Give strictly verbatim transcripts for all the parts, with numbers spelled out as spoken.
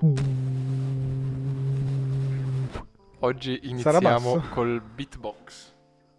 Oggi iniziamo col beatbox.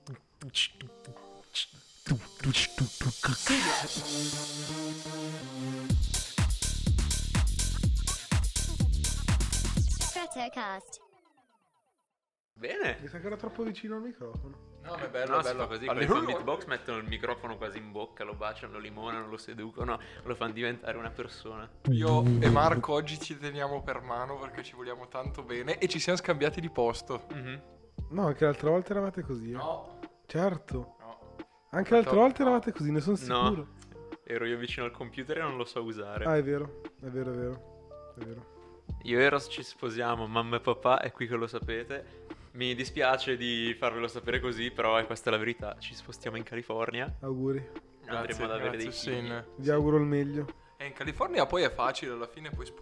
Bene. Mi sa che era troppo vicino al microfono. No, ma è bello, no, bello così. Quelli con beatbox mettono il microfono quasi in bocca, lo baciano, lo limonano, lo seducono, lo fanno diventare una persona. Io e Marco oggi ci teniamo per mano perché ci vogliamo tanto bene e ci siamo scambiati di posto. Mm-hmm. No, anche l'altra volta eravate così. Eh? No. Certo. No. Anche l'altra volta eravate così, ne sono sicuro. No. Ero io vicino al computer e non lo so usare. Ah, è vero, è vero, è vero. È vero. Io e Eros ci sposiamo, mamma e papà, è qui che lo sapete. Mi dispiace di farvelo sapere così, però questa è la verità. Ci spostiamo in California. Auguri. Andremo ad avere dei figli. Vi auguro il meglio. E in California poi è facile, alla fine puoi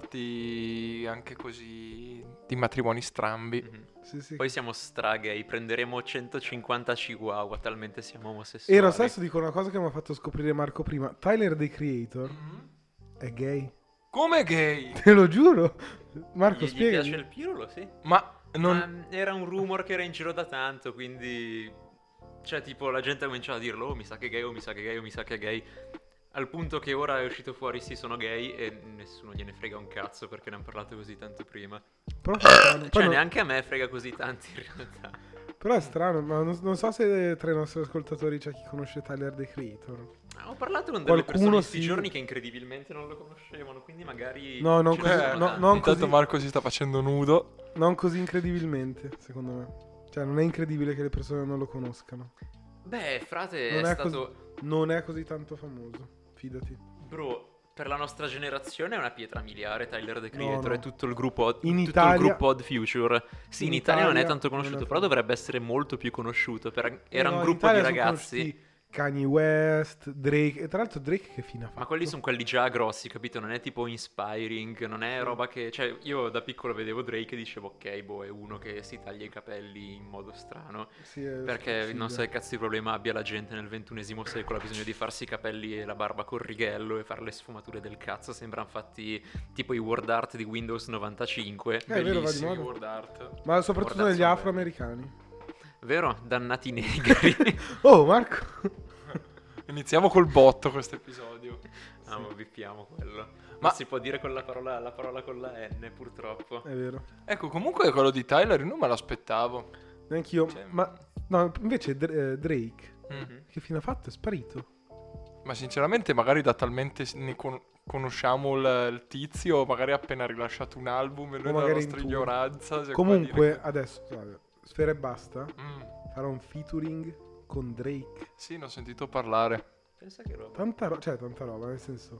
sposarti anche così di matrimoni strambi. Mm-hmm. Sì, sì. Poi siamo stragay, prenderemo centocinquanta chihuahua, talmente siamo omosessuali. Ero stesso dico una cosa che mi ha fatto scoprire Marco prima. Tyler, The Creator, Mm-hmm. è gay. Come gay? Te lo giuro. Marco, Gli, spiega. gli piace il pirolo, sì. Ma non... Ma era un rumor che era in giro da tanto, quindi... Cioè, tipo, la gente ha cominciato a dirlo, oh, mi sa che è gay, oh, mi sa che è gay, oh, mi sa che è gay. Al punto che ora è uscito fuori, sì, sono gay, e nessuno gliene frega un cazzo perché ne hanno parlato così tanto prima. Però, cioè, cioè non... neanche a me frega così tanto in realtà. Però è strano, ma non, non so se tra i nostri ascoltatori c'è chi conosce Tyler, The Creator. Ho parlato con delle Qualcuno persone in questi sì. giorni che incredibilmente non lo conoscevano, quindi magari... No, non ce così, ne Eh, sono no, tanti. non Intanto così, Marco si sta facendo nudo. non così incredibilmente, secondo me. Cioè, non è incredibile che le persone non lo conoscano. Beh, frate, Non è, è, stato... così, non è così tanto famoso, fidati. Bro, per la nostra generazione è una pietra miliare Tyler, The Creator, No, no. e tutto il gruppo In tutto Italia- il gruppo Odd Future. Sì, in, in Italia, non è Italia tanto non conosciuto, è però famoso. dovrebbe essere molto più conosciuto. Per... Era No, un in gruppo di Italia sono ragazzi. conosciuti Kanye West, Drake, e tra l'altro Drake che fine ha fatto? Ma quelli sono quelli già grossi, capito? Non è tipo inspiring, non è Sì. roba che... Cioè, io da piccolo vedevo Drake e dicevo, ok, boh, è uno che si taglia i capelli in modo strano. Sì, è Perché non so figa. che cazzo di problema abbia la gente nel ventunesimo secolo, ha bisogno di farsi i capelli e la barba col righello e fare le sfumature del cazzo. Sembrano fatti tipo i word art di Windows novantacinque. Eh, è vero, va di Bellissimi moda. word art. Ma soprattutto Guardate, negli sono afroamericani. Vero? Dannati negri. Oh, Marco! Iniziamo col botto questo episodio. Ah, ma bippiamo quello. Ma- Ma si può dire con la parola, la parola con la N, purtroppo. È vero. Ecco, comunque quello di Tyler io non me l'aspettavo. Neanch'io. Cioè- Ma no, invece Dr- eh, Drake, Mm. che fine ha fatto? È sparito. Ma sinceramente magari da talmente ne con- conosciamo il, il tizio, magari ha appena rilasciato un album e noi O la magari nostra in tour. ignoranza... siamo qua a Comunque, dire adesso, guarda, Sfera e Basta che- Mm, farà un featuring con Drake. sì, ne ho sentito parlare. Pensa che roba. Tanta roba, cioè tanta roba, nel senso...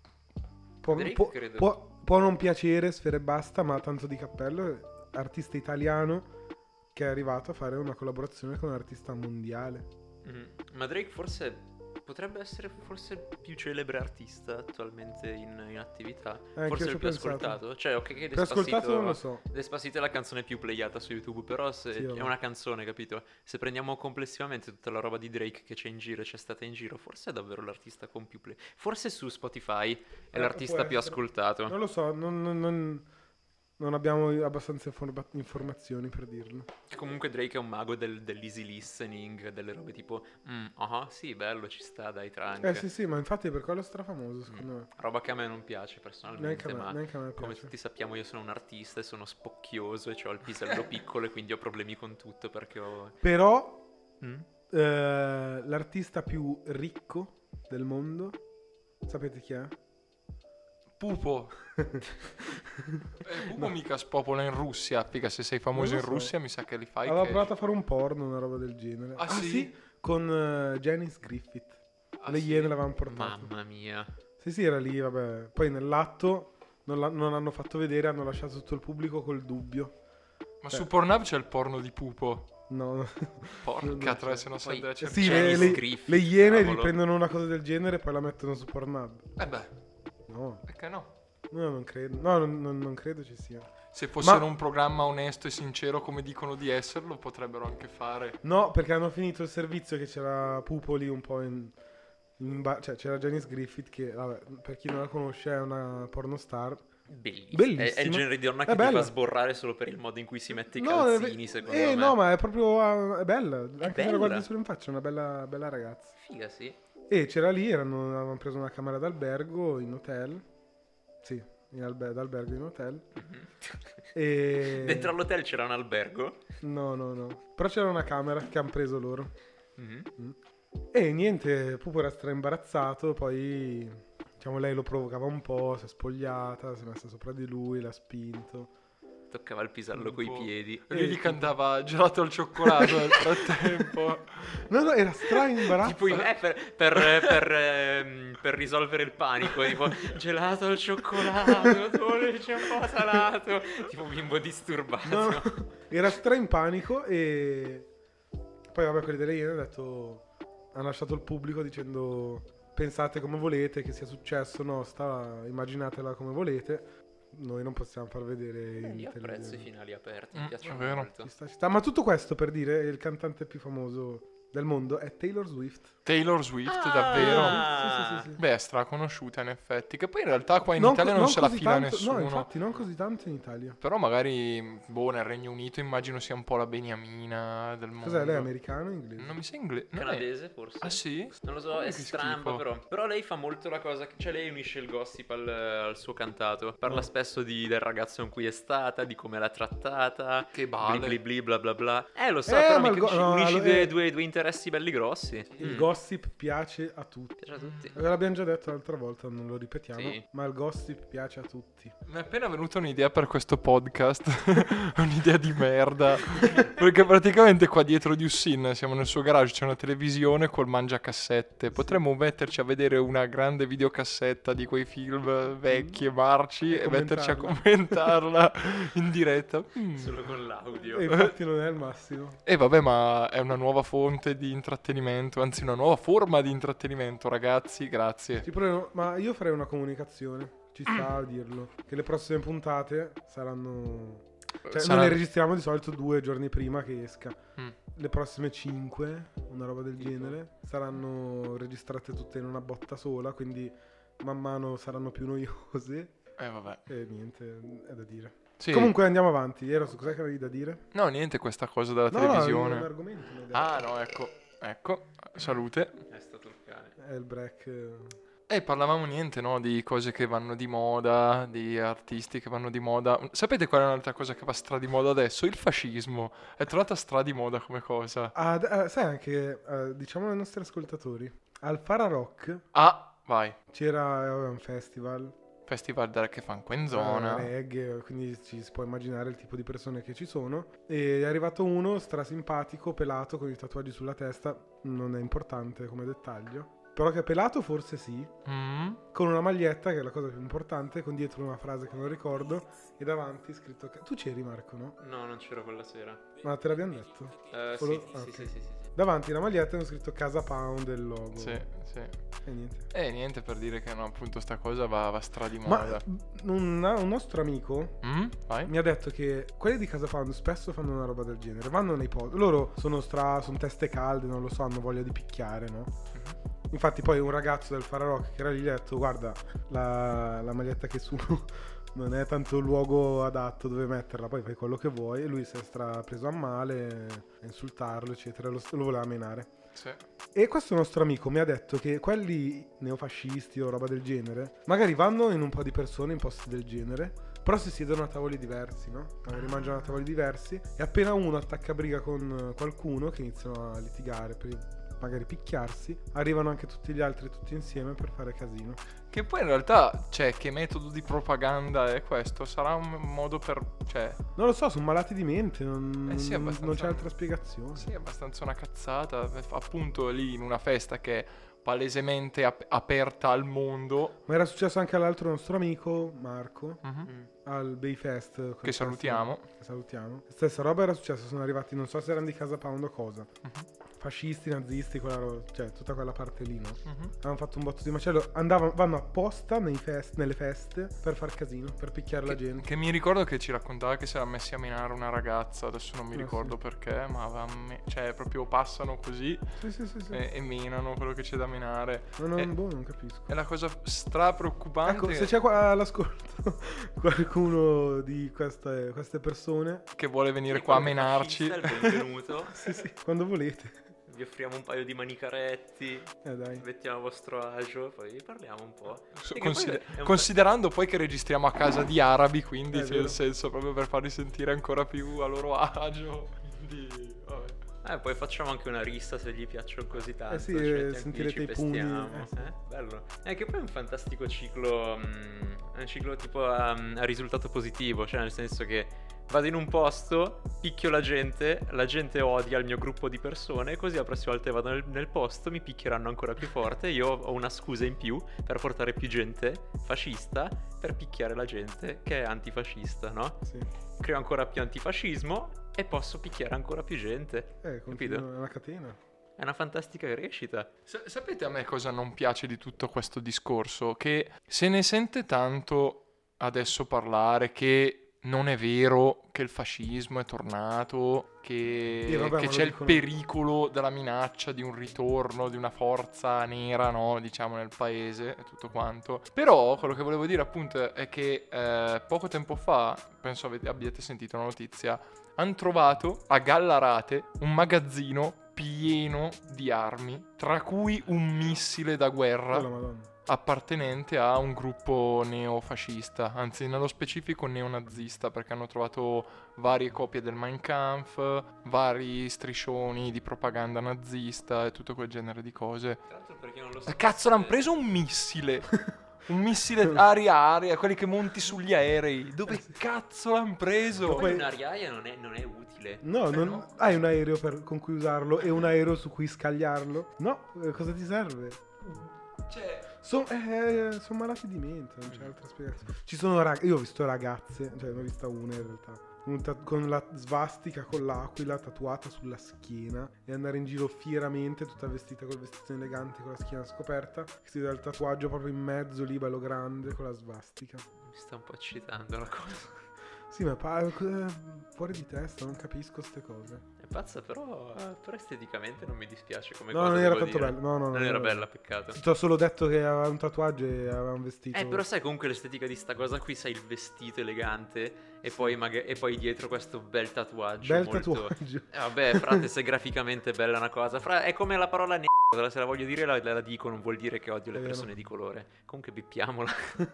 Può, Drake, può- credo. può- può non piacere Sfera e Basta, ma tanto di cappello, artista italiano che è arrivato a fare una collaborazione con un artista mondiale. Mhm. Ma Drake forse potrebbe essere forse il più celebre artista attualmente in, in attività. anch'io Forse ci il ho più pensato. ascoltato. Cioè, ok, che Più ascoltato Despacito, non lo so. Despacito è la canzone più playata su YouTube, però se Sì, è vabbè. una canzone, capito? Se prendiamo complessivamente tutta la roba di Drake che c'è in giro, c'è stata in giro, forse è davvero l'artista con più play. Forse su Spotify è Eh, l'artista può più essere. ascoltato. Non lo so, non, non- non- non abbiamo abbastanza informa- informazioni per dirlo. Comunque Drake è un mago del- dell'easy listening, delle robe tipo, mm, ah, sì, bello, ci sta, dai, trank. Eh sì sì, ma infatti è per quello strafamoso secondo me. Roba che a me non piace personalmente, Neanche a me, ma neanche a me come piace. tutti sappiamo io sono un artista e sono spocchioso e ho il pisello piccolo e quindi ho problemi con tutto perché ho... Però Mm? eh, l'artista più ricco del mondo, sapete chi è? Pupo. Eh, Pupo No. mica spopola in Russia. Figa, se sei famoso Non in lo so. Russia mi sa che li fai Aveva cash. provato a fare un porno, una roba del genere. Ah, sì? Con eh, Janice Griffith. Ah, Le sì? Iene l'avevano portato. Mamma mia. Sì sì, era lì, vabbè. Poi nell'atto non, l'ha- non hanno fatto vedere, hanno lasciato tutto il pubblico col dubbio. Ma Cioè- su Pornhub c'è il porno di Pupo. No. Porca Non troia, c'è. se non Poi- sai dove c'è. Sì, Janice le, le- Griffith, le Iene cavolo. riprendono una cosa del genere e poi la mettono su Pornhub. Eh beh, No, perché no? no, non credo. No, non, non- non credo ci sia. Se fossero Ma- un programma onesto e sincero come dicono di esserlo, potrebbero anche fare. No, perché hanno finito il servizio che c'era Pupo lì un po' in... in ba- cioè c'era Janice Griffith che, vabbè, per chi non la conosce è una pornostar Bellissimo. Bellissima. È, è il genere di donna È che ti bella. fa sborrare solo per il modo in cui si mette i No, è- calzini, secondo eh, me. no, ma è proprio ah, è bella. Anche se bella. la guardi solo in faccia, è una bella, bella ragazza. Figa, sì. E c'era lì, erano, avevano preso una camera d'albergo in hotel. Sì, in albe- d'albergo in hotel. Mhm. E... Dentro all'hotel c'era un albergo. No, no, no. Però c'era una camera che hanno preso loro. Mhm. Mm. E niente, Pupo era stra imbarazzato, poi diciamo lei lo provocava un po', si è spogliata, si è messa sopra di lui, l'ha spinto. Toccava il pisello Un coi po'. piedi. E lui gli cantava gelato al cioccolato nel frattempo. No, no, era stra imbarazzato. Tipo in- eh, per, per, per, ehm, per risolvere il panico, tipo gelato al cioccolato, dolce un po' salato, tipo bimbo disturbato. No, no, era stra in panico e poi vabbè quelli delle Iene hanno detto, hanno lasciato il pubblico dicendo pensate come volete che sia successo, no, sta, immaginatela come volete. Noi non possiamo far vedere in Io apprezzo i televisione. finali aperti, Mm, mi è piacciono vero. molto. Ci sta, ci sta. Ma tutto questo per dire il cantante più famoso del mondo è Taylor Swift. Taylor Swift, Ah! davvero? Sì, sì, sì, sì. Beh, è straconosciuta in effetti. Che poi in realtà qua in Non Italia co- non se la così fila tanto- nessuno. No, infatti non così tanto in Italia. Però magari, boh, nel Regno Unito immagino sia un po' la beniamina del mondo. Cos'è, lei è americano o inglese? Non mi sa inglese. Canadese forse? Ah sì? Non lo so, Oh, è che stramba schifo. però. Però lei fa molto la cosa, che- cioè lei unisce il gossip al, al suo cantato. Parla Oh. spesso di- del ragazzo con cui è stata, di come l'ha trattata. Che Bli balle. bli bli bla bla bla. Eh lo so, Eh, però ma il mica go- unisci, no, unisci allora, due, eh. due- due interessi belli grossi. Il Mm. gossip piace a tutti. Piace a tutti. Ve l'abbiamo già detto l'altra volta, non lo ripetiamo. Sì. Ma il gossip piace a tutti. Mi è appena venuta un'idea per questo podcast. Un'idea di merda. Perché praticamente qua dietro di Ussin, siamo nel suo garage, c'è una televisione col mangiacassette. Potremmo metterci a vedere una grande videocassetta di quei film vecchi e marci E e metterci a commentarla. commentarla in diretta. Mm. Solo con l'audio. E infatti non è il massimo. E vabbè, ma è una nuova fonte di intrattenimento, anzi una nuova forma di intrattenimento, ragazzi, grazie. Ci proviamo- ma io farei una comunicazione. Ci sta a dirlo. Che le prossime puntate saranno. Cioè, Sarà- noi le registriamo di solito due giorni prima che esca. Mm. Le prossime cinque, una roba del genere, saranno registrate tutte in una botta sola. Quindi man mano saranno più noiose. Eh vabbè. E niente, è da dire. Sì. Comunque andiamo avanti. Eros, cos'è che avevi da dire? No, niente, questa cosa della No, televisione. no, un argomento. mi hai detto. Ah, no, ecco. Ecco, salute. È stato il cane. È il break. eh. E parlavamo niente, no, di cose che vanno di moda, di artisti che vanno di moda. Sapete qual è un'altra cosa che va stra di moda adesso? Il fascismo. È tornata stra di moda come cosa. Ah, d- eh, sai anche, eh, diciamo ai nostri ascoltatori, al Fara Rock Ah, vai. c'era eh, un festival, Festival del che fan qua in eh, zona. reggae, quindi ci si può immaginare il tipo di persone che ci sono. E è arrivato uno strasimpatico, pelato, con i tatuaggi sulla testa, non è importante come dettaglio. Però che è pelato forse sì, Mm. con una maglietta che è la cosa più importante, con dietro una frase che non ricordo e davanti scritto... ca- Tu c'eri Marco, no? No, non c'ero quella sera. Ma te l'abbiamo detto? Eh, Solo- sì, ah, sì, ok. sì, sì, sì, sì. Davanti la maglietta hanno scritto Casa Pound del logo. Sì, sì. E niente. E niente, per dire che no, appunto sta cosa va, va stra di Ma moda. un, un nostro amico Mm? Vai. mi ha detto che quelli di Casa Pound spesso fanno una roba del genere. Vanno nei posti. Loro sono stra. Sono teste calde, non lo so, hanno voglia di picchiare, no? Mhm. Infatti, poi un ragazzo del Fara Rock che era lì gli ha detto: guarda, la, la maglietta che su non è tanto il luogo adatto dove metterla. Poi fai quello che vuoi. E lui si è stra preso a male, a insultarlo, eccetera. Lo, lo voleva menare. Sì. E questo nostro amico mi ha detto che quelli neofascisti o roba del genere magari vanno in un po' di persone in posti del genere, però si siedono a tavoli diversi, no? Magari mangiano a tavoli diversi e appena uno attacca briga con qualcuno che iniziano a litigare per magari picchiarsi, arrivano anche tutti gli altri tutti insieme per fare casino. Che poi in realtà, cioè, che metodo di propaganda è questo? Sarà un modo per, cioè, Non lo so, sono malati di mente, non, Eh sì, non- abbastanza. non c'è altra spiegazione. sì, è abbastanza una cazzata. Appunto lì in una festa che è palesemente ap- aperta al mondo. Ma era successo anche all'altro nostro amico, Marco, Mhm. Mm. al Bayfest. quel Che salutiamo. festival- Che salutiamo. Stessa roba era successa, sono arrivati, non so se erano di Casa Pound o cosa. Mhm. fascisti, nazisti, quella ro- cioè tutta quella parte lì, no? Mhm. Hanno fatto un botto di macello, andavano, vanno apposta nei fest- nelle feste per far casino, per picchiare la Che, gente. che mi ricordo che ci raccontava che si era messi a menare una ragazza, adesso non mi Ah, ricordo sì. perché, ma aveva me- cioè proprio passano così Sì, sì, sì, sì. e, e menano quello che c'è da menare. No, no, e- boh, non capisco. È la cosa stra preoccupante. Ecco, se c'è qua all'ascolto qualcuno di queste, queste persone, che vuole venire E qua a qualche menarci. fascista, il benvenuto. sì, sì, quando volete. Vi offriamo un paio di manicaretti, Eh dai. mettiamo a vostro agio, poi parliamo un po'. So- E che consider- poi è un considerando poi che registriamo a casa di arabi, quindi È c'è vero. il senso proprio per farli sentire ancora più a loro agio. Quindi, vabbè. Eh, poi facciamo anche una rissa se gli piacciono così tanto. Eh sì, ci eh, mettiamo qui, sentirete ci i pugni, pestiamo. eh sì. Eh, bello. È che poi è un fantastico ciclo. mm, È un ciclo tipo a, a risultato positivo. Cioè, nel senso che vado in un posto, picchio la gente, la gente odia il mio gruppo di persone, così la prossima volta che vado nel, nel posto mi picchieranno ancora più forte. Io ho una scusa in più per portare più gente fascista per picchiare la gente che è antifascista, no? Sì. Creo ancora più antifascismo e posso picchiare ancora più gente. Eh, Capito? continua, è una catena. È una fantastica crescita. Sa- sapete a me cosa non piace di tutto questo discorso? Che se ne sente tanto adesso parlare che non è vero che il fascismo è tornato, che, Sì, vabbè, che ma c'è lo il dicono- pericolo della minaccia di un ritorno di una forza nera, no? Diciamo nel paese e tutto quanto. Però quello che volevo dire appunto è che eh, poco tempo fa, penso avete- abbiate sentito una notizia, hanno trovato a Gallarate un magazzino pieno di armi, tra cui un missile da guerra Oh la madonna. appartenente a un gruppo neofascista, anzi nello specifico neonazista, perché hanno trovato varie copie del Mein Kampf, vari striscioni di propaganda nazista e tutto quel genere di cose. Tra l'altro perché non lo Eh, Cazzo, l'hanno preso un missile! Un missile aria-aria, quelli che monti sugli aerei. Dove cazzo l'hanno preso? Poi Poi- un'ariaia non è, non è utile. No, Cioè, non... no. hai un aereo per- con cui usarlo e un aereo su cui scagliarlo? No, eh, cosa ti serve? Cioè, Sono malati di mente, non c'è altra spiegazione. Ci sono rag- io ho visto ragazze, cioè ne ho vista una in realtà, un ta- con la svastica con l'aquila tatuata sulla schiena e andare in giro fieramente tutta vestita col vestito elegante con la schiena scoperta, che si vede il tatuaggio proprio in mezzo lì, bello grande, con la svastica. Mi sta un po' eccitando la cosa. Sì, ma pa- eh, fuori di testa, non capisco ste cose. È pazza, però, eh, però esteticamente non mi dispiace come No, cosa. non era devo tanto dire. bello. No, no, Non era bella, peccato. Ti ho solo detto che aveva un tatuaggio e aveva un vestito. Eh, però sai comunque l'estetica di sta cosa qui, sai il vestito elegante e poi, maga- e poi dietro questo bel tatuaggio Bel molto... tatuaggio. Eh, vabbè, frate, se graficamente è bella una cosa, fra- è come la parola ne***a, se la voglio dire la, la dico, non vuol dire che odio le È vero. persone di colore. Comunque bippiamola.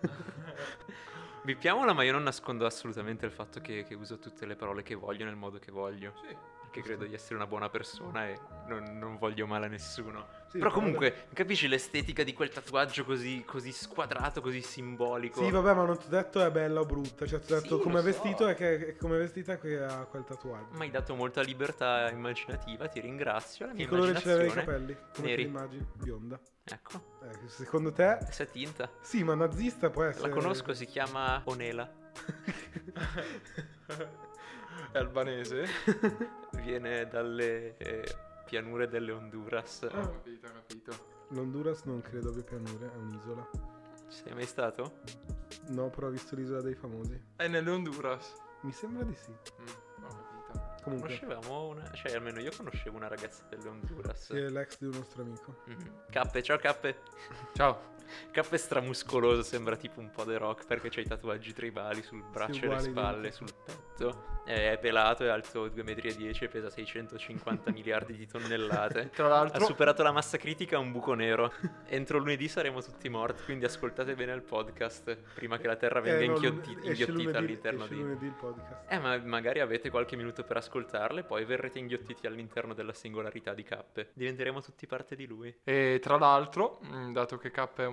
Bippiamola, ma io non nascondo assolutamente il fatto che, che uso tutte le parole che voglio nel modo che voglio. Perché credo di essere una buona persona e non, non voglio male a nessuno. Sì, Però comunque, capisci l'estetica di quel tatuaggio così, così squadrato, così simbolico? Sì, vabbè, ma non ti ho detto è bella o brutta. Cioè, ti ho detto Sì, come lo è vestito so. e che, che come è vestita che ha quel tatuaggio. Mi hai dato molta libertà immaginativa, ti ringrazio. La mia Che colore ce l'aveva i immaginazione... capelli? Come Neri. te li immagini? Bionda. Ecco, Eh, secondo te? questa è tinta. Sì, ma nazista può essere. La conosco, si chiama Onela. è albanese? Viene dalle eh, pianure delle Honduras. Ho capito, ho capito. L'Honduras non credo abbia pianure, è un'isola. Ci sei mai stato? No, però ho visto l'isola dei famosi. È nelle Honduras. Mi sembra di sì. Mm, ho capito. Comunque, Conoscevamo una... Cioè, almeno io conoscevo una ragazza delle Honduras. sì, è l'ex di un nostro amico. Mhm. Cappe, ciao Cappe. Ciao. Cappe è stramuscoloso, sembra tipo un po' The Rock perché c'ha i tatuaggi tribali sul braccio e le uguale, spalle, identico. sul petto. È pelato, è alto due virgola dieci metri e pesa seicentocinquanta miliardi di tonnellate. Tra Ha l'altro, superato la massa critica a un buco nero. Entro lunedì saremo tutti morti, quindi ascoltate bene il podcast prima che la Terra venga Eh, no, inghiotti- lunedì- esce inghiottita lunedì- all'interno esce di... lunedì il podcast. Eh, ma magari avete qualche minuto per ascoltarle, poi verrete inghiottiti all'interno della singolarità di Cappe. Diventeremo tutti parte di lui. e tra l'altro, mh, dato che K è un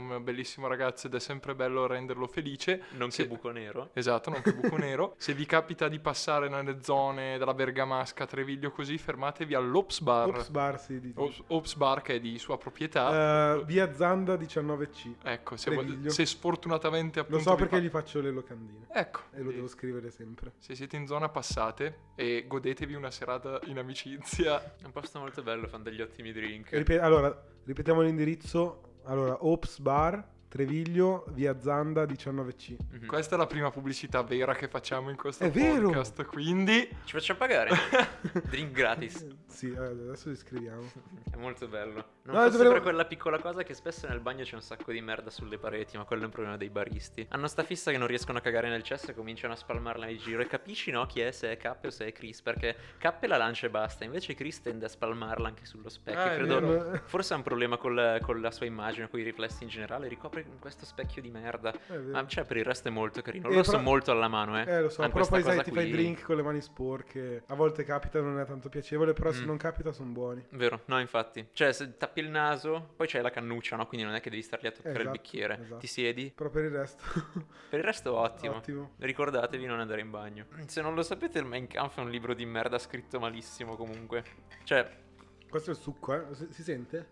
un bellissimo ragazzo ed è sempre bello renderlo felice. Non Se- che buco nero. Esatto, non che buco nero. Se vi capita di passare nelle zone della Bergamasca, Treviglio così, fermatevi all'Ops Bar. Ops Bar, sì. Di... Ops, Ops Bar che è di sua proprietà. Eh, via Zanda diciannove C. Ecco, se, vuoi- Treviglio. se sfortunatamente Lo appunto so vi perché fa- gli faccio le locandine. Ecco, E lo devo scrivere sempre. se siete in zona passate e godetevi una serata in amicizia. È un posto molto bello, fanno degli ottimi drink. Ripet- allora, ripetiamo l'indirizzo. Allora, Ops Bar, Treviglio, via Zanda diciannove C. Mhm. Questa è la prima pubblicità vera che facciamo in questo È vero! podcast, quindi Ci facciamo pagare. Drink gratis. Sì, eh, adesso li scriviamo. È molto bello. Non No, fosse dovremmo- per quella piccola cosa che spesso nel bagno c'è un sacco di merda sulle pareti, ma quello è un problema dei baristi. Hanno sta fissa che non riescono a cagare nel cesso e cominciano a spalmarla in giro. E capisci, no, chi è, se è K o se è Chris, perché K la lancia e basta, invece Chris tende a spalmarla anche sullo specchio. Ah, è Credo vero. forse ha un problema col- con la sua immagine, con i riflessi in generale, ricopre questo specchio di merda. È vero. Ma cioè, per il resto è molto carino. Eh, Loro però- sono molto alla mano, eh. Eh, lo so, Han però questa poi sai, cosa ti fai qui- drink con le mani sporche. A volte capita, non è tanto piacevole, però se Mm. non capita sono buoni. Vero, no, infatti. Cioè, se tappi il naso, poi c'hai la cannuccia, no? Quindi non è che devi star lì a toccare il Esatto, bicchiere. esatto. Ti siedi. Però per il resto, Per il resto ottimo. ottimo. Ricordatevi non andare in bagno. Se non lo sapete, il Mein Kampf è un libro di merda scritto malissimo comunque. Cioè, Questo è il succo, eh? Si, si sente?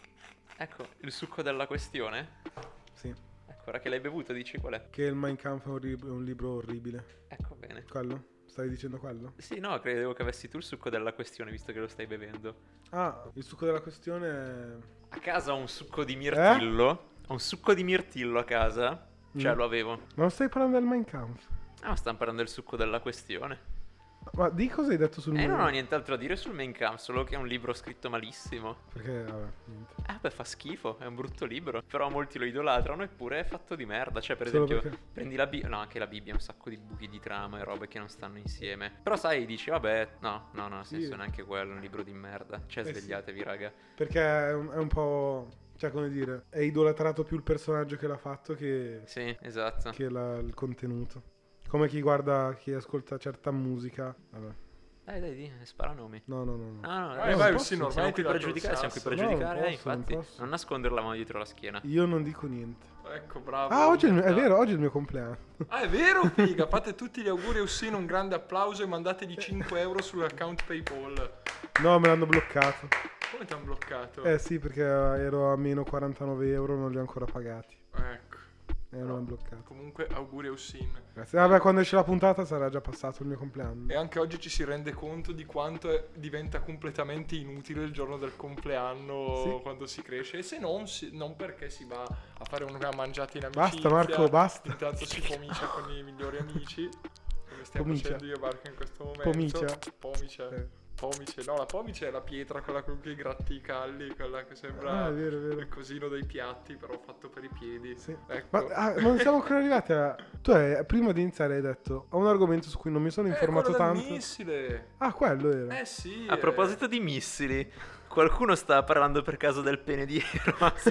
ecco, il succo della questione. Sì. Ecco, ora che l'hai bevuto dici qual è. Che il Mein Kampf è un, rib- è un libro orribile. Ecco bene. Quello? Stai dicendo quello? Sì, no, credevo che avessi tu il succo della questione, visto che lo stai bevendo. Ah, il succo della questione è... A casa ho un succo di mirtillo. Ho un succo di mirtillo a casa. Cioè, Mm. lo avevo. Ma non stai parlando del Mein Kampf? Ah, stiamo parlando del succo della questione. Ma di cosa hai detto sul Eh, mio- non ho nient'altro da dire sul Mein Kampf, solo che è un libro scritto malissimo. Perché, vabbè, niente. Eh, beh, fa schifo, è un brutto libro. Però molti lo idolatrano, eppure è fatto di merda. Cioè, per Solo esempio, perché? prendi la Bibbia. No, anche la Bibbia ha un sacco di buchi di trama e robe che non stanno insieme. Però, sai, dici, vabbè, no, no, no, nel Sì. senso, neanche quello è un libro di merda. Cioè, Eh, sì. svegliatevi, raga. Perché è un, è un po'... Cioè, come dire, è idolatrato più il personaggio che l'ha fatto che, Sì, esatto. che la- il contenuto. Come chi guarda, chi ascolta certa musica. Vabbè. Dai, dai, di, spara nomi. No, no, no. no. Ah, no, Vai, no, vai, non Ussino, posso. Siamo ormai qui ti per dato il giudicare, siamo qui per sasso. No, non giudicare, eh, posso, non infatti. posso. Non nascondere la mano dietro la schiena. Io non dico niente. Ecco, bravo. Ah, oggi è, il mio- è Umiltà. vero, oggi è il mio compleanno. Ah, è vero, figa. Fate tutti gli auguri a Ussino, un grande applauso e mandategli cinque euro sull'account PayPal. No, me l'hanno bloccato. Come ti hanno bloccato? Eh sì, perché ero a meno quarantanove euro, non li ho ancora pagati. Ecco. E me l'hanno bloccato. Comunque, auguri a Ussin. Grazie. Vabbè, quando esce la puntata sarà già passato il mio compleanno. E anche oggi ci si rende conto di quanto è- diventa completamente inutile il giorno del compleanno Sì. quando si cresce. E se non, si- non perché si va a fare una mangiata in Basta, amicizia. Marco, basta. Intanto si pomicia con i migliori amici. Come stiamo Pomicia. facendo io e Marco in questo momento. Pomicia. Pomicia. Eh. Pomice. No, la pomice è la pietra, quella con cui gratti i calli, quella che sembra Ah, è vero, è vero. il cosino dei piatti, però fatto per i piedi. Sì. Ecco. Ma ah, non siamo ancora arrivati a... Tu hai, prima di iniziare hai detto ho un argomento su cui non mi sono Eh, informato quello del tanto. missile. Ah, quello era. Eh sì. A eh. proposito di missili, qualcuno sta parlando per caso del pene di Eros.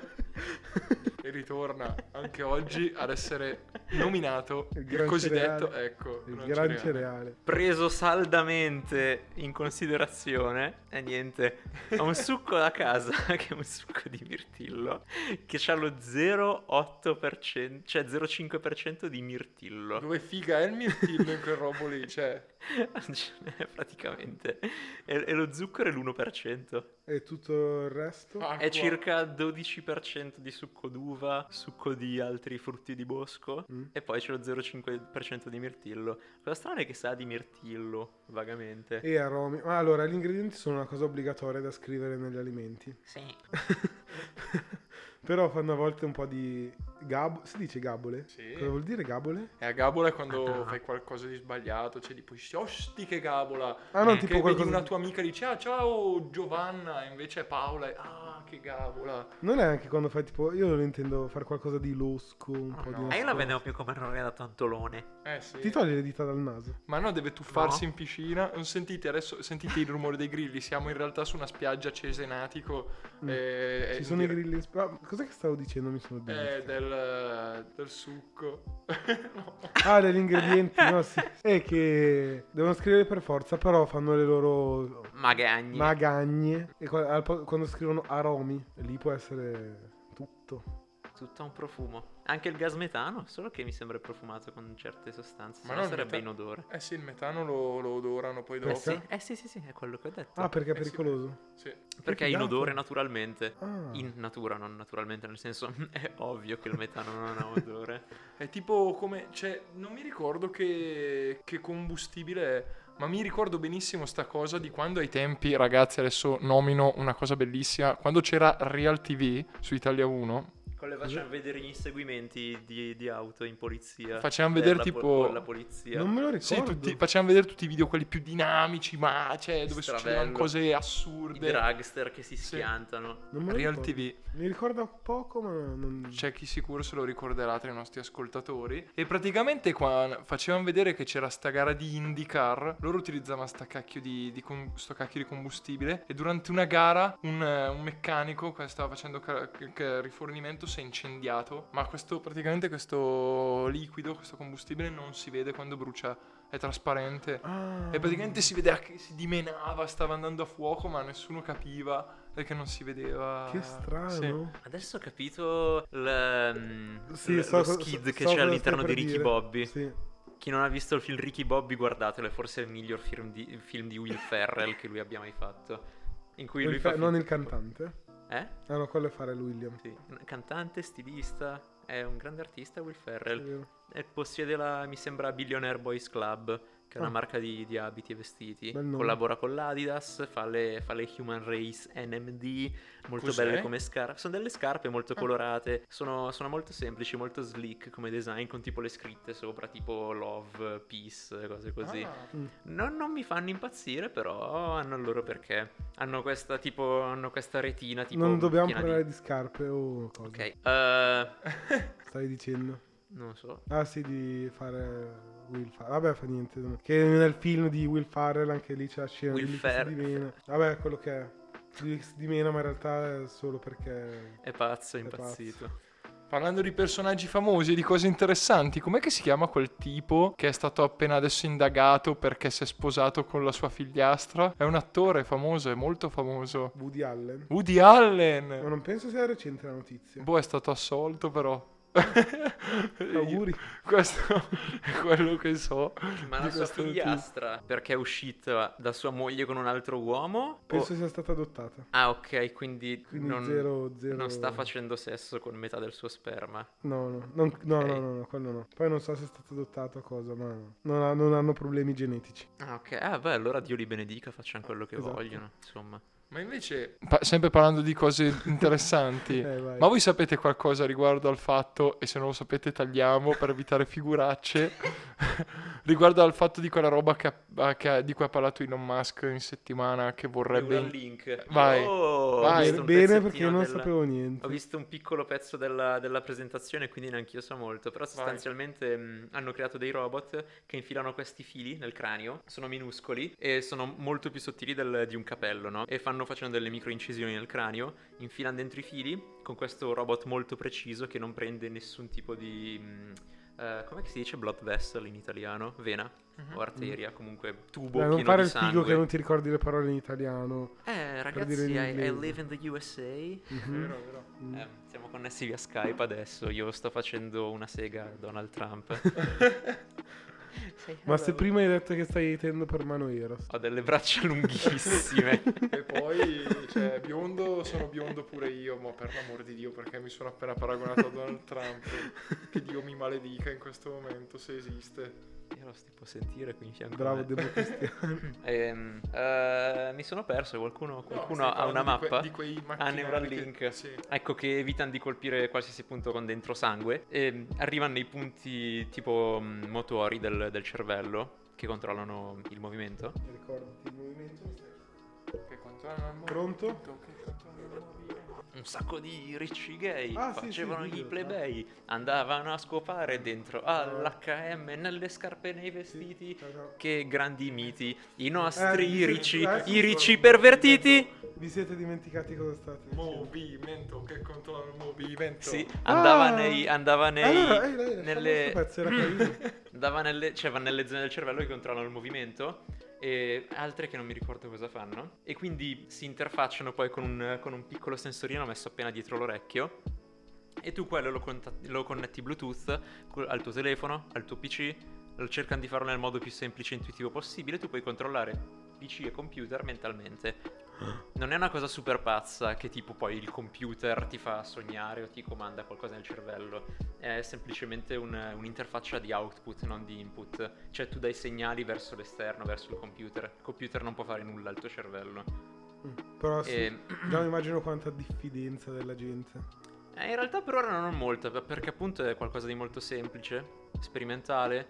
E ritorna anche oggi ad essere nominato Il il, gran cosiddetto, cereale. ecco, Il gran gran cereale. cereale. Preso saldamente in considerazione. E niente, ho un succo da casa che è un succo di mirtillo che ha lo zero virgola otto per cento, cioè zero virgola cinque per cento di mirtillo. Dove figa è il mirtillo in quel robo lì, cioè. Praticamente. E, e lo zucchero è l'uno per cento. E tutto il resto? acqua. È circa dodici per cento di succo d'uva, succo di altri frutti di bosco Mm. e poi c'è lo zero virgola cinque per cento di mirtillo. Cosa strana è che sa di mirtillo, vagamente. E aromi. Ma allora, gli ingredienti sono una cosa obbligatoria da scrivere negli alimenti. Sì. Però fanno a volte un po' di gab... Si dice gabole? Sì. Cosa vuol dire gabole? E a gabola è quando Ah. fai qualcosa di sbagliato, cioè tipo, osti che gabola. Ah, non Eh, tipo Che qualcosa... vedi una tua amica e dice, ah ciao Giovanna, e invece è Paola, e, ah che gabola. Non è anche quando fai tipo... Io lo intendo fare qualcosa di losco, un po' no. di... Ah, Ma io la nascosto. vedevo più come errore da tantolone. Eh sì. Ti togli le dita dal naso. Ma no, deve tuffarsi No. in piscina. Non sentite adesso, sentite il rumore dei grilli. Siamo in realtà su una spiaggia a Cesenatico. Mm. e- Ci e sono i dire- grilli in sp- ah, cos'è che stavo dicendo? Mi sono eh, dimenticato. del, del succo. No. Ah, degli ingredienti, no, sì. È che devono scrivere per forza, però fanno le loro Magagne. magagne. E qua- al po- quando scrivono aromi, lì può essere tutto. tutto ha un profumo. Anche il gas metano, solo che mi sembra profumato con certe sostanze, Ma se no, no il sarebbe meta- inodore. Eh sì, il metano lo, lo odorano poi dopo. Eh sì, eh sì, sì, sì, è quello che ho detto. Ah, perché è Eh sì, pericoloso? Sì. Perché è Che figata. inodore naturalmente. Ah. In natura, non naturalmente, nel senso è ovvio che il metano non ha odore. È tipo come, cioè, non mi ricordo che, che combustibile è, ma mi ricordo benissimo sta cosa di quando ai tempi, ragazzi, adesso nomino una cosa bellissima, quando c'era Real T V su Italia uno, Con le facciamo vedere gli inseguimenti di, di auto in polizia. Facevano per vedere la po- tipo- con la polizia. Non me lo ricordo. sì, tutti, facevano vedere tutti i video quelli più dinamici, ma cioè, dove Stravello. succedevano cose I assurde. dragster che si Sì. schiantano. Non me lo Real ricordo. T V. Mi ricorda poco, ma non... C'è chi sicuro se lo ricorderà tra i nostri ascoltatori. E praticamente qua facevano vedere che c'era sta gara di IndyCar. Loro utilizzavano sta cacchio di, di con- sto cacchio di combustibile. E durante una gara un, eh, un meccanico che stava facendo ca- ca- rifornimento si è incendiato. Ma questo praticamente questo liquido, questo combustibile non si vede quando brucia. È trasparente. Ah. E praticamente si vedeva che si dimenava, stava andando a fuoco, ma nessuno capiva perché non si vedeva. Che strano. Sì. Adesso ho capito il, mm, Sì, l- so lo co- skid so- che so c'è cosa all'interno stai di per Ricky dire. Bobby. Sì. Chi non ha visto il film Ricky Bobby, guardatelo, è forse il miglior film di, il film di Will Ferrell che lui abbia mai fatto. In cui Will lui Fe- fa non fi- il cantante? Eh? Ah no, quello è Pharrell Williams. Sì, un cantante, stilista, è un grande artista Will È Ferrell. vero. E possiede la, mi sembra, Billionaire Boys Club, che è una Ah. marca di, di abiti e vestiti. Bel nome. Collabora con l'Adidas, fa le, fa le Human Race N M D, molto Cos'è? belle come scarpe. Sono delle scarpe molto colorate, sono, sono molto semplici, molto sleek come design, con tipo le scritte sopra, tipo love, peace, cose così. Ah. Mm. Non, non mi fanno impazzire, però hanno il loro perché. Hanno questa tipo, hanno questa retina tipo Non dobbiamo piena parlare di... di scarpe o cose. Ok, eh, Stai dicendo? non so. Ah sì, di fare Will Farrell. Vabbè, fa niente. Che nel film di Will Farrell anche lì c'è la scena Will di lui che Fer- si dimena. Vabbè, quello che è. Lui che si dimena, ma in realtà è solo perché... È pazzo, è È impazzito. Parlando di personaggi famosi e di cose interessanti, com'è che si chiama quel tipo che è stato appena adesso indagato perché si è sposato con la sua figliastra? È un attore famoso, è molto famoso. Woody Allen. Woody Ma Allen! non penso sia recente la notizia. Boh, è stato assolto però. Auguri. Questo è quello che so. Ma di la sua questa notizia. figliastra, perché è uscita da sua moglie con un altro uomo? Penso O- sia stata adottata. Ah, ok, quindi, Quindi non, zero, zero... non sta facendo sesso con metà del suo sperma. No, no, non- no, Ok. no, no, no, quello no. Poi non so se è stato adottato o cosa, ma non, ha- non hanno problemi genetici. Ah, ok. Ah, beh, allora Dio li benedica, facciano quello che Esatto. vogliono, insomma. Ma invece, pa- sempre parlando di cose interessanti, Eh, vai. ma voi sapete qualcosa riguardo al fatto, e se non lo sapete tagliamo per evitare figuracce, riguardo al fatto di quella roba che ha- che ha- di cui ha parlato Elon Musk in settimana, che vorrebbe... link. Vai, Oh, ho vai. visto Bene, un bene, perché io pezzettino non della- sapevo niente. Ho visto un piccolo pezzo della, della presentazione, quindi neanche io so molto. Però sostanzialmente mh, hanno creato dei robot che infilano questi fili nel cranio. Sono minuscoli e sono molto più sottili del- di un capello, no? E fanno facendo delle micro incisioni nel cranio, infilano dentro i fili con questo robot molto preciso che non prende nessun tipo di... mh, eh, come si dice blood vessel in italiano? Vena Mhm. o arteria, comunque tubo Dai, non pieno fare di il figo sangue. che non ti ricordi le parole in italiano. Eh, dire ragazzi, in I, I inglese. live in the U S A. Mhm. Vero, vero. Mm. Eh, siamo connessi via Skype adesso. Io sto facendo una sega a Donald Trump. Say Ma se hello. prima hai detto che stai tendo per Mano Eros. Ho delle braccia lunghissime. E poi, cioè, biondo, sono biondo pure io, ma per l'amor di Dio, perché mi sono appena paragonato a Donald Trump. Che Dio mi maledica in questo momento, se esiste. Io lo sto sentire qui in fianco. a Bravo, me. Debo Cristiano. Ehm, eh, mi sono perso. Qualcuno, qualcuno No, ha stai una parlando di mappa? que- di quei Ah, macchinari Neuralink. che- sì. Ecco, che evitano di colpire qualsiasi punto con dentro sangue. E arrivano nei punti tipo mh, motori del, del cervello che controllano il movimento. Ricordati il movimento. Che controllano il Pronto? movimento, che controllano il movimento. Un sacco di ricci gay Ah, sì, facevano sì, i video, plebei, andavano a scopare dentro all'H M, nelle scarpe e nei vestiti. Sì, ciao. Che grandi miti, i Eh, nostri vi siete- ricci, eh, sì, i ricci sì, pervertiti. Vi siete dimenticati cosa state dicendo? Movimento, che controllano il movimento. Sì, andava Ah! nei, andava nei, Allora, ehi, dai, lasciamo nelle, questo pezzo, era carino. andava nelle, cioè va nelle zone del cervello che controllano il movimento e altre che non mi ricordo cosa fanno. E quindi si interfacciano poi con un, con un piccolo sensorino messo appena dietro l'orecchio e tu quello lo, conta- lo connetti Bluetooth co- al tuo telefono, al tuo P C, lo cercano di farlo nel modo più semplice e intuitivo possibile, tu puoi controllare P C e computer mentalmente. Non è una cosa super pazza che tipo poi il computer ti fa sognare o ti comanda qualcosa nel cervello, è semplicemente un, un'interfaccia di output, non di input, cioè tu dai segnali verso l'esterno, verso il computer, il computer non può fare nulla al tuo cervello. Mm, Però sì, E- già mi immagino quanta diffidenza della gente. Eh, in realtà per ora non ho molta, per- perché appunto è qualcosa di molto semplice, sperimentale,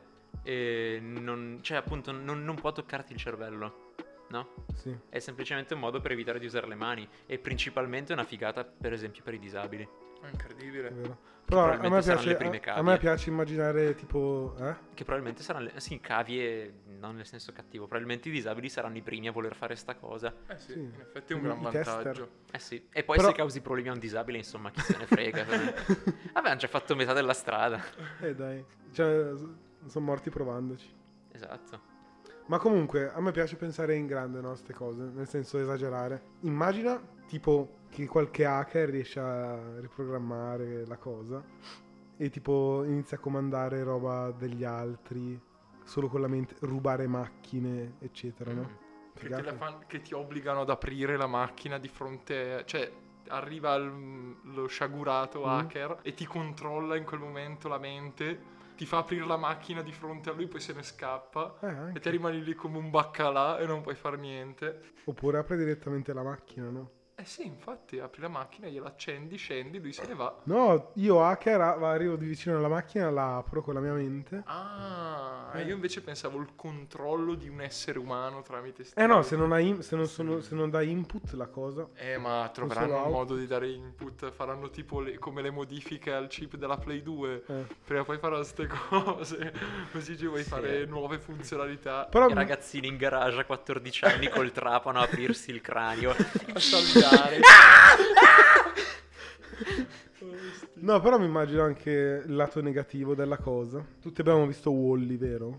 e non, cioè appunto non, non può toccarti il cervello, no? Sì. È semplicemente un modo per evitare di usare le mani, e principalmente una figata per esempio per i disabili. È incredibile. È vero. Però a me, probabilmente saranno piace, le prime a, a cavie. me piace immaginare tipo... Eh? Che probabilmente saranno, le, sì, cavie, non nel senso cattivo, probabilmente i disabili saranno i primi a voler fare sta cosa. Eh sì, Sì. in effetti è un I- gran i tester. vantaggio. Eh sì, e poi Però- se causi problemi a un disabile, insomma, chi se ne frega. Vabbè, hanno già fatto metà della strada. Eh dai, cioè, sono morti provandoci. Esatto. Ma comunque, a me piace pensare in grande, no, ste cose, nel senso esagerare. Immagina, tipo, che qualche hacker riesce a riprogrammare la cosa e tipo inizia a comandare roba degli altri solo con la mente, rubare macchine, eccetera, no? Mm. Che, te Figata. la fan- che ti obbligano ad aprire la macchina di fronte, cioè arriva il- lo sciagurato Mm. hacker e ti controlla in quel momento la mente, ti fa aprire la macchina di fronte a lui, poi se ne scappa Eh, e anche. te rimani lì come un baccalà e non puoi fare niente. Oppure apre direttamente la macchina, no? Eh sì, infatti, apri la macchina, gliela accendi, scendi, lui se ne va. No, io hacker a- arrivo di vicino alla macchina, la apro con la mia mente. Ah, Eh. io invece pensavo il controllo di un essere umano tramite sti Eh no, auto. se non, hai in- se non, sono, se non dai input la cosa. Eh, ma solo troveranno un auto. modo di dare input, faranno tipo le- come le modifiche al chip della Play due, Eh. prima o poi faranno queste cose, così ci vuoi Sì. fare nuove funzionalità. Però I ragazzini in garage a quattordici anni col trapano a aprirsi il cranio. A saltare. No, però mi immagino anche il lato negativo della cosa. Tutti abbiamo visto Wall-E, vero?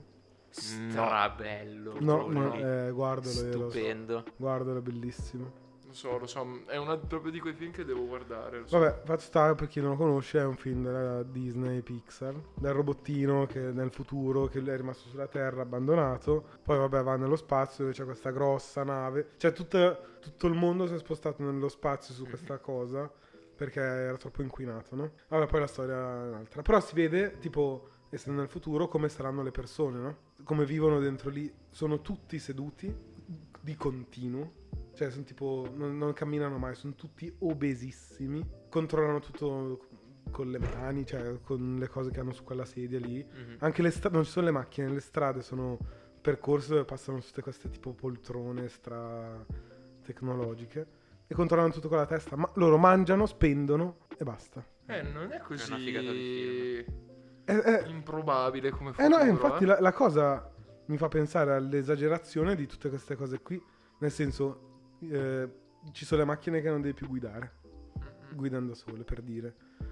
Strabello. No, no, proprio. eh, guardalo, eh, lo so. Stupendo. Guardalo, è bellissimo. Lo so, lo so, è uno proprio di quei film che devo guardare. Lo so. Vabbè, fatto stare, per chi non lo conosce, è un film della Disney Pixar, del robottino che nel futuro che è rimasto sulla Terra abbandonato, poi vabbè va nello spazio dove c'è questa grossa nave, cioè tutta- tutto il mondo si è spostato nello spazio su questa cosa perché era troppo inquinato, no? Vabbè, poi la storia è un'altra, però si vede tipo, essendo nel futuro, come saranno le persone, no? Come vivono dentro lì, sono tutti seduti di continuo. Cioè, sono tipo, non, non camminano mai, sono tutti obesissimi, controllano tutto con le mani, cioè con le cose che hanno su quella sedia lì. Mhm. Anche le strade, non ci sono le macchine, le strade sono percorsi dove passano tutte queste tipo poltrone stra tecnologiche e controllano tutto con la testa, ma loro mangiano, spendono e basta. Eh, non è È una figata così di Eh, eh, improbabile come eh futuro. no, infatti eh. la, la cosa mi fa pensare all'esagerazione di tutte queste cose qui, nel senso eh, ci sono le macchine che non devi più guidare, guidano da sole, per dire.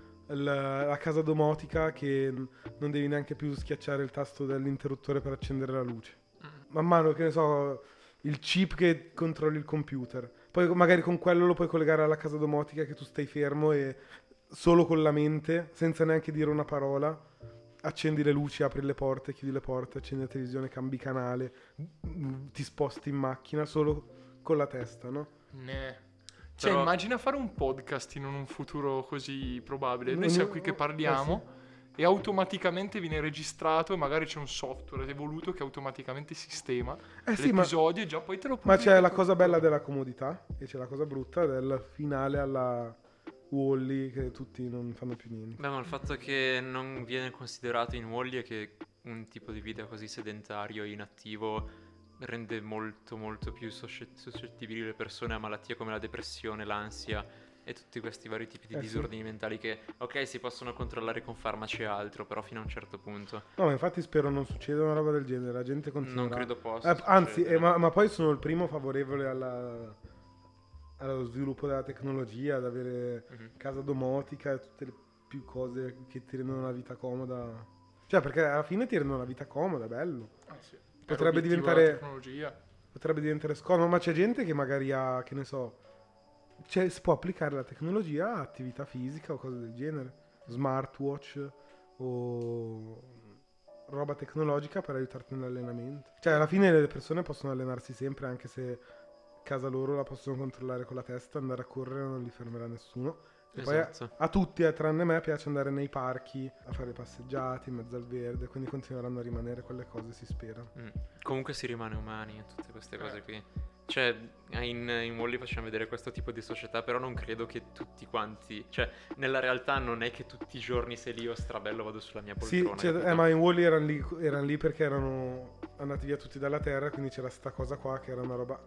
La, la casa domotica che n- non devi neanche più schiacciare il tasto dell'interruttore per accendere la luce. Man mano, che ne so, il chip che controlli il computer. Poi magari con quello lo puoi collegare alla casa domotica che tu stai fermo e solo con la mente, senza neanche dire una parola, accendi le luci, apri le porte, chiudi le porte, accendi la televisione, cambi canale, mm, ti sposti in macchina solo con la testa, no? Ne. Cioè, Però- immagina fare un podcast in un futuro così probabile. Noi No, siamo no, qui che eh, parliamo e automaticamente viene registrato e magari c'è un software evoluto che automaticamente sistema Eh sì, ma, l'episodio e già poi te lo ma pubblica c'è la tutto. cosa bella della comodità e c'è la cosa brutta del finale alla Wall-E che tutti non fanno più niente. Beh, ma il fatto che non viene considerato in Wall-E è che un tipo di vita così sedentario e inattivo rende molto molto più suscett- suscettibili le persone a malattie come la depressione, l'ansia e tutti questi vari tipi di Eh sì. disordini mentali che, ok, si possono controllare con farmaci e altro, però fino a un certo punto. No, ma infatti spero non succeda una roba del genere, la gente continua. Non credo possa. Eh, anzi, succedere. eh, ma, ma poi sono il primo favorevole alla- allo sviluppo della tecnologia, ad avere Mhm. casa domotica e tutte le più cose che ti rendono la vita comoda. Cioè, perché alla fine ti rendono la vita comoda, bello. Ah, sì. È Potrebbe l'obiettivo diventare- della tecnologia. Potrebbe diventare scomodo, ma c'è gente che magari ha, che ne so, cioè, si può applicare la tecnologia a attività fisica o cose del genere. smartwatch o roba tecnologica per aiutarti nell'allenamento. Cioè alla fine le persone possono allenarsi sempre, anche se casa loro la possono controllare con la testa, andare a correre non li fermerà nessuno. E Esatto. poi a, a tutti, eh, tranne me, piace andare nei parchi a fare passeggiate in mezzo al verde, quindi continueranno a rimanere quelle cose, si spera. Mm. Comunque si rimane umani e tutte queste cose qui. Cioè, in, in Wall-E facciamo vedere questo tipo di società, però non credo che tutti quanti... Cioè, nella realtà non è che tutti i giorni se lì io strabello vado sulla mia Sì, poltrona. cioè, capito? eh, ma in Wall-E erano lì, eran lì perché erano andati via tutti dalla Terra, quindi c'era sta cosa qua che era una roba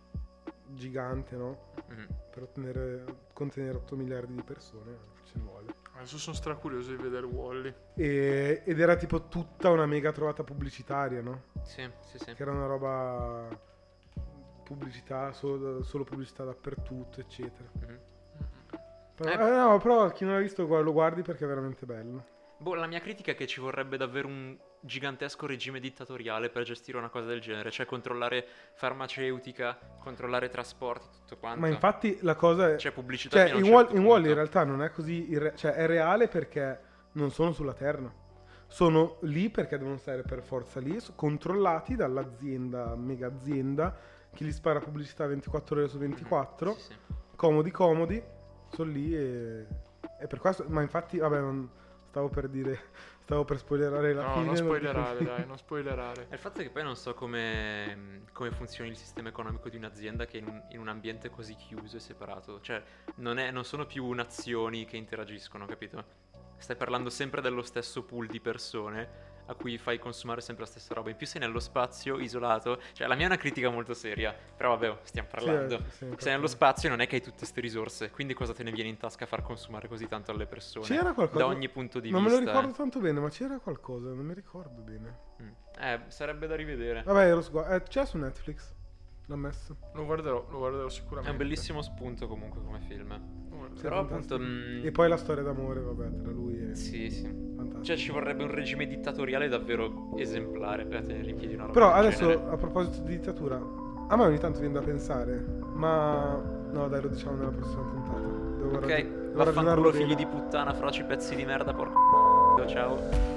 gigante, no? Mm. Per ottenere, contenere otto miliardi di persone, ci vuole. Adesso sono stracurioso di vedere Wall-E. E, ed era tipo tutta una mega trovata pubblicitaria, no? Sì, sì, sì. Che era una roba pubblicità, solo, solo pubblicità dappertutto, eccetera. Mhm. Però, Eh. eh, no, però chi non l'ha visto gu- lo guardi perché è veramente bello. Boh, la mia critica è che ci vorrebbe davvero un gigantesco regime dittatoriale per gestire una cosa del genere, cioè controllare farmaceutica, controllare trasporti, tutto quanto. Ma infatti la cosa è... C'è pubblicità Cioè, fino a in un Wall, certo in Wall punto. in realtà non è così, irre- cioè è reale perché non sono sulla Terra. Sono lì perché devono stare per forza lì, so- controllati dall'azienda, mega azienda, che gli spara pubblicità ventiquattro ore su ventiquattro, Sì, sì. comodi comodi, sono lì e... e per questo... Ma infatti, vabbè, non... stavo per dire... Stavo per spoilerare la No, fine. non dico spoilerare, più. dai, non spoilerare. E il fatto è che poi non so come, come funzioni il sistema economico di un'azienda che in un, in un ambiente così chiuso e separato. Cioè, non, è, non sono più nazioni che interagiscono, capito? Stai parlando sempre dello stesso pool di persone a cui fai consumare sempre la stessa roba. In più sei nello spazio, isolato. Cioè, la mia è una critica molto seria. Però vabbè, stiamo parlando. Sì, eh, sì, Sei nello spazio e non è che hai tutte queste risorse. Quindi cosa te ne viene in tasca a far consumare così tanto alle persone? C'era qualcosa... Da ogni punto di non vista. me lo ricordo eh. tanto bene, ma c'era qualcosa, non mi ricordo bene. Mm. Eh, sarebbe da rivedere. Vabbè, ero sgu- eh, c'è su Netflix. L'ho messo. Lo guarderò, lo guarderò È sicuramente. un bellissimo spunto comunque come film. Lo guarderò. Sì, Però fantastico. appunto... mm, E poi la storia d'amore, vabbè, tra lui e... Sì, sì. Fantastico. Cioè ci vorrebbe un regime dittatoriale davvero esemplare per tenere in piedi una roba Però del adesso, genere. a proposito di dittatura, a me ogni tanto viene da pensare, ma... No, dai, lo diciamo nella prossima puntata. Devo Ok, raggi- devo vaffanculo ragionarlo figli bene. di puttana, froci pezzi di merda, porco ciao.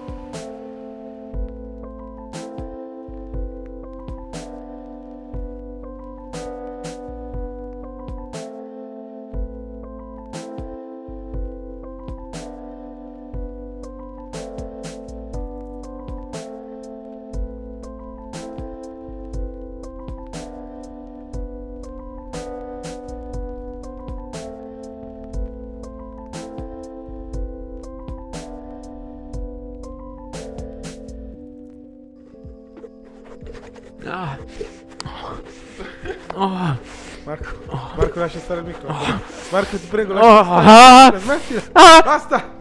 Ah. Oh. Marco, Marco lascia stare il microfono. Marco, ti prego, Oh. lascia stare. Smettila. Basta.